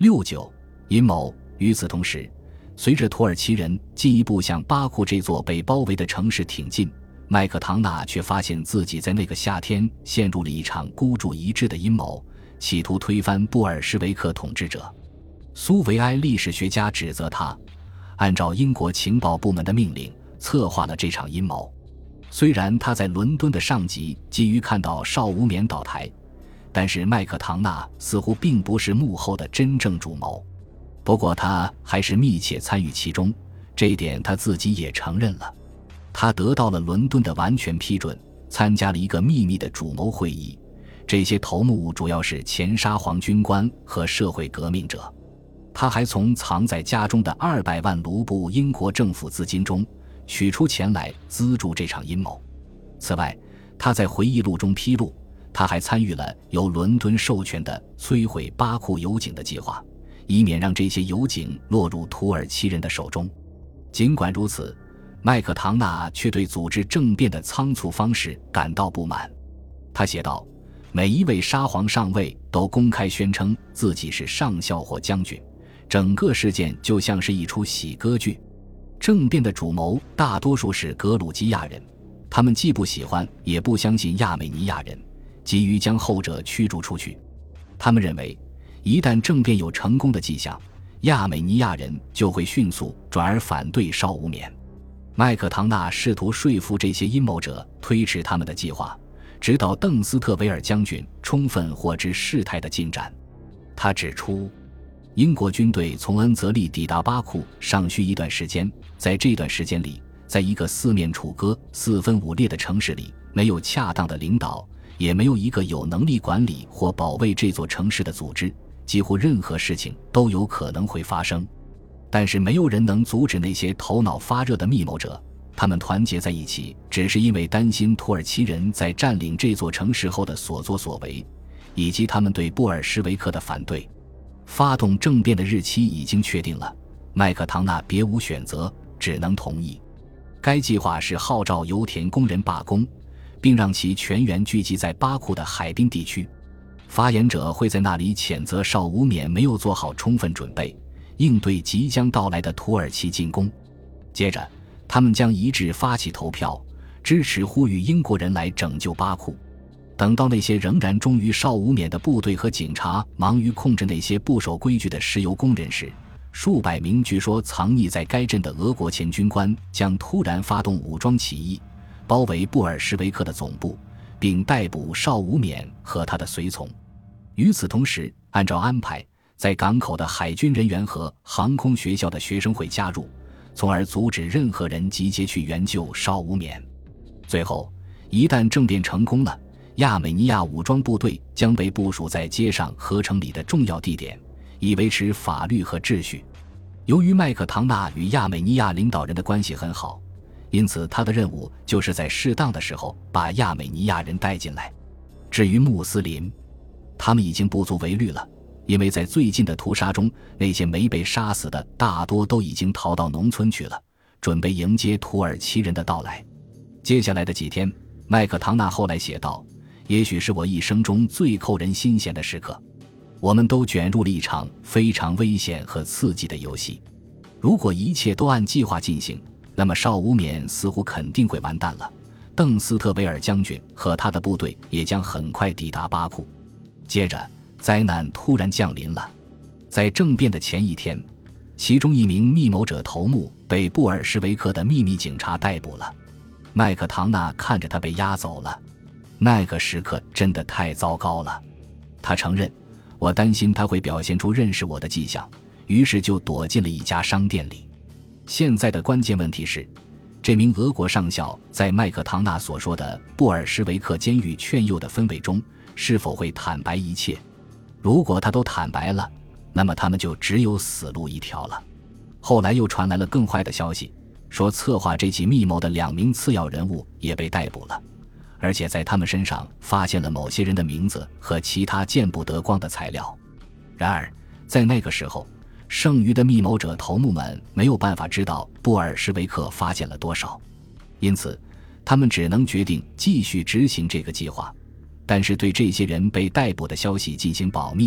69阴谋。与此同时，随着土耳其人进一步向巴库这座被包围的城市挺进，麦克唐纳却发现自己在那个夏天陷入了一场孤注一掷的阴谋，企图推翻布尔什维克统治者。苏维埃历史学家指责他按照英国情报部门的命令策划了这场阴谋。虽然他在伦敦的上级急于看到邵无冕倒台，但是麦克唐纳似乎并不是幕后的真正主谋。不过他还是密切参与其中，这一点他自己也承认了。他得到了伦敦的完全批准，参加了一个秘密的主谋会议，这些头目主要是前沙皇军官和社会革命者。他还从藏在家中的200万卢布英国政府资金中取出钱来资助这场阴谋。此外，他在回忆录中披露，他还参与了由伦敦授权的摧毁巴库油井的计划，以免让这些油井落入土耳其人的手中。尽管如此，麦克唐纳却对组织政变的仓促方式感到不满。他写道，每一位沙皇上尉都公开宣称自己是上校或将军，整个事件就像是一出喜歌剧。政变的主谋大多数是格鲁吉亚人，他们既不喜欢也不相信亚美尼亚人，急于将后者驱逐出去。他们认为，一旦政变有成功的迹象，亚美尼亚人就会迅速转而反对邵无冕。麦克唐纳试图说服这些阴谋者推迟他们的计划，直到邓斯特维尔将军充分获知事态的进展。他指出，英国军队从恩泽利抵达巴库尚需一段时间，在这段时间里，在一个四面楚歌、四分五裂的城市里，没有恰当的领导，也没有一个有能力管理或保卫这座城市的组织，几乎任何事情都有可能会发生。但是没有人能阻止那些头脑发热的密谋者，他们团结在一起，只是因为担心土耳其人在占领这座城市后的所作所为，以及他们对布尔什维克的反对。发动政变的日期已经确定了，麦克唐纳别无选择，只能同意。该计划是号召油田工人罢工，并让其全员聚集在巴库的海滨地区。发言者会在那里谴责邵无冕没有做好充分准备，应对即将到来的土耳其进攻。接着，他们将一致发起投票，支持呼吁英国人来拯救巴库。等到那些仍然忠于邵无冕的部队和警察忙于控制那些不守规矩的石油工人时，数百名据说藏匿在该镇的俄国前军官将突然发动武装起义，包围布尔什维克的总部，并逮捕邵无冕和他的随从。与此同时，按照安排，在港口的海军人员和航空学校的学生会加入，从而阻止任何人集结去援救邵无冕。最后，一旦政变成功了，亚美尼亚武装部队将被部署在街上和城里的重要地点，以维持法律和秩序。由于麦克唐纳与亚美尼亚领导人的关系很好，因此他的任务就是在适当的时候把亚美尼亚人带进来。至于穆斯林，他们已经不足为虑了，因为在最近的屠杀中，那些没被杀死的大多都已经逃到农村去了，准备迎接土耳其人的到来。接下来的几天，麦克唐纳后来写道，也许是我一生中最扣人心弦的时刻。我们都卷入了一场非常危险和刺激的游戏。如果一切都按计划进行，那么邵无冕似乎肯定会完蛋了。邓斯特维尔将军和他的部队也将很快抵达巴库。接着，灾难突然降临了。在政变的前一天，其中一名密谋者头目被布尔什维克的秘密警察逮捕了。麦克唐纳看着他被押走了，那个时刻真的太糟糕了。他承认，我担心他会表现出认识我的迹象，于是就躲进了一家商店里。现在的关键问题是，这名俄国上校在麦克唐纳所说的布尔什维克监狱劝诱的氛围中，是否会坦白一切？如果他都坦白了，那么他们就只有死路一条了。后来又传来了更坏的消息，说策划这起密谋的2名次要人物也被逮捕了，而且在他们身上发现了某些人的名字和其他见不得光的材料。然而，在那个时候，剩余的密谋者头目们没有办法知道布尔什维克发现了多少，因此他们只能决定继续执行这个计划，但是对这些人被逮捕的消息进行保密，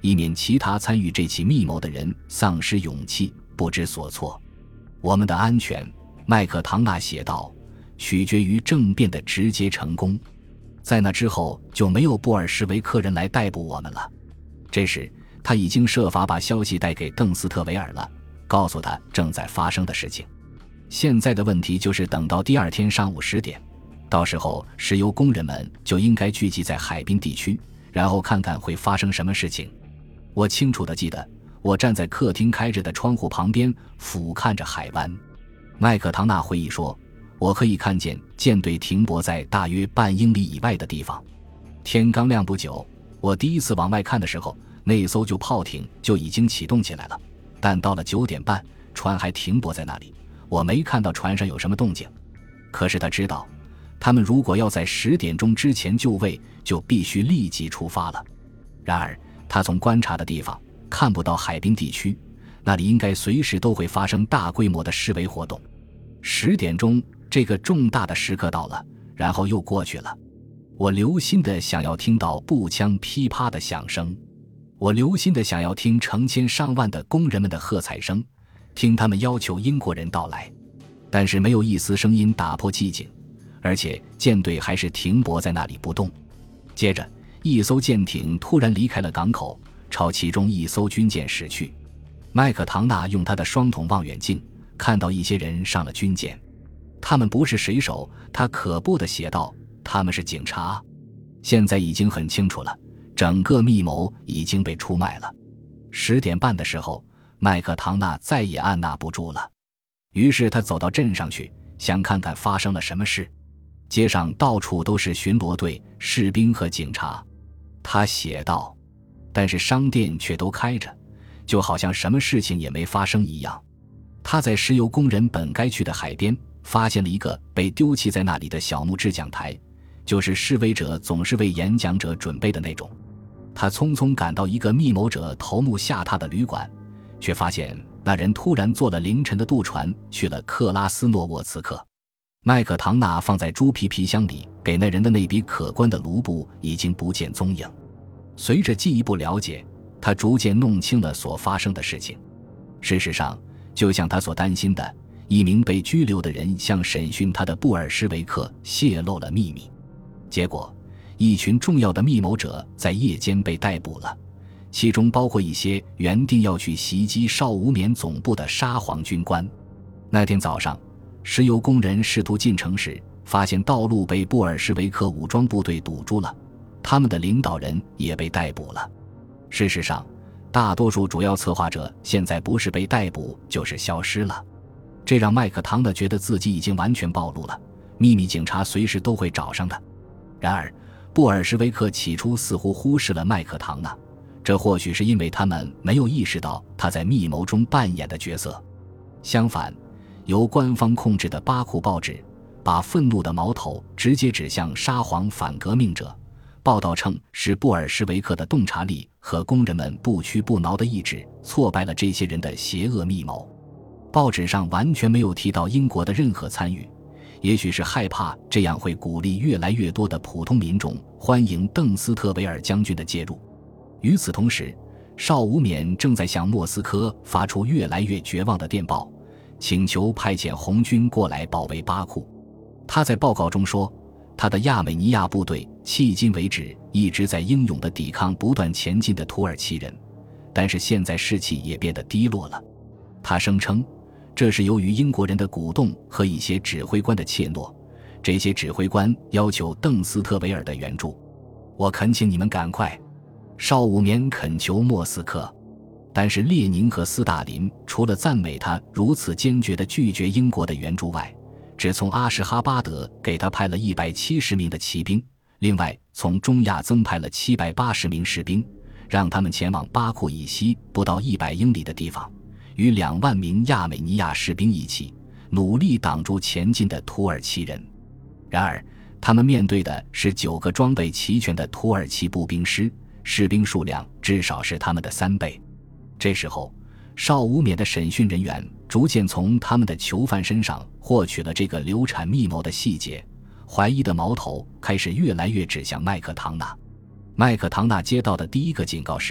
以免其他参与这起密谋的人丧失勇气，不知所措。我们的安全，麦克唐纳写道，取决于政变的直接成功。在那之后就没有布尔什维克人来逮捕我们了。这时他已经设法把消息带给邓斯特维尔了，告诉他正在发生的事情。现在的问题就是等到第二天上午10点，到时候石油工人们就应该聚集在海滨地区，然后看看会发生什么事情。我清楚地记得，我站在客厅开着的窗户旁边，俯瞰着海湾。麦克唐纳回忆说，我可以看见舰队停泊在大约半英里以外的地方。天刚亮不久，我第一次往外看的时候，那艘旧炮艇就已经启动起来了，但到了9点半，船还停泊在那里，我没看到船上有什么动静。可是他知道，他们如果要在10点钟之前就位，就必须立即出发了。然而他从观察的地方看不到海滨地区，那里应该随时都会发生大规模的示威活动。10点钟这个重大的时刻到了，然后又过去了。我留心地想要听到步枪噼啪的响声，我留心地想要听成千上万的工人们的喝彩声，听他们要求英国人到来。但是没有一丝声音打破寂静，而且舰队还是停泊在那里不动。接着一艘舰艇突然离开了港口，朝其中一艘军舰驶去。麦克唐纳用他的双筒望远镜看到一些人上了军舰，他们不是水手，他可怖地写道，他们是警察。现在已经很清楚了，整个密谋已经被出卖了。10点半的时候，麦克唐纳再也按捺不住了，于是他走到镇上去，想看看发生了什么事。街上到处都是巡逻队、士兵和警察，他写道，但是商店却都开着，就好像什么事情也没发生一样。他在石油工人本该去的海边发现了一个被丢弃在那里的小木质讲台，就是示威者总是为演讲者准备的那种。他匆匆赶到一个密谋者头目下榻的旅馆，却发现那人突然坐了凌晨的渡船去了克拉斯诺沃茨克。麦克唐纳放在猪皮箱里给那人的那笔可观的卢布已经不见踪影。随着进一步了解，他逐渐弄清了所发生的事情。事实上，就像他所担心的，一名被拘留的人向审讯他的布尔什维克泄露了秘密。结果，一群重要的密谋者在夜间被逮捕了，其中包括一些原定要去袭击邵无冕总部的沙皇军官。那天早上，石油工人试图进城时，发现道路被布尔什维克武装部队堵住了，他们的领导人也被逮捕了。事实上，大多数主要策划者现在不是被逮捕就是消失了，这让麦克唐纳觉得自己已经完全暴露了，秘密警察随时都会找上他。然而布尔什维克起初似乎忽视了麦克唐纳，这或许是因为他们没有意识到他在密谋中扮演的角色。相反，由官方控制的巴库报纸把愤怒的矛头直接指向沙皇反革命者，报道称是布尔什维克的洞察力和工人们不屈不挠的意志挫败了这些人的邪恶密谋。报纸上完全没有提到英国的任何参与，也许是害怕这样会鼓励越来越多的普通民众欢迎邓斯特维尔将军的介入。与此同时，邵无冕正在向莫斯科发出越来越绝望的电报，请求派遣红军过来保卫巴库。他在报告中说，他的亚美尼亚部队迄今为止一直在英勇地抵抗不断前进的土耳其人，但是现在士气也变得低落了。他声称，这是由于英国人的鼓动和一些指挥官的怯懦，这些指挥官要求邓斯特维尔的援助。我恳请你们赶快。邵无冕恳求莫斯科，但是列宁和斯大林除了赞美他如此坚决地拒绝英国的援助外，只从阿什哈巴德给他派了170名的骑兵，另外从中亚增派了780名士兵，让他们前往巴库以西不到100英里的地方，与2万名亚美尼亚士兵一起努力挡住前进的土耳其人。然而他们面对的是9个装备齐全的土耳其步兵师，士兵数量至少是他们的3倍。这时候，邵无冕的审讯人员逐渐从他们的囚犯身上获取了这个流产密谋的细节，怀疑的矛头开始越来越指向麦克唐纳。麦克唐纳接到的第一个警告是，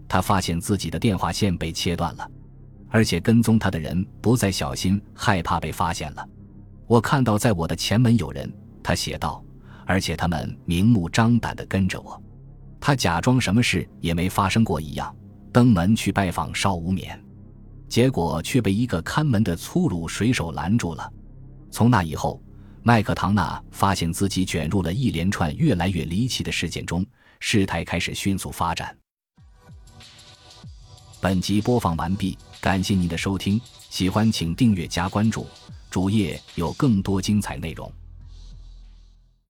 他发现自己的电话线被切断了，而且跟踪他的人不再小心，害怕被发现了。我看到在我的前门有人，他写道，而且他们明目张胆地跟着我。他假装什么事也没发生过一样，登门去拜访邵无冕，结果却被一个看门的粗鲁水手拦住了。从那以后，麦克唐纳发现自己卷入了一连串越来越离奇的事件中，事态开始迅速发展。本集播放完毕，感谢您的收听，喜欢请订阅加关注，主页有更多精彩内容。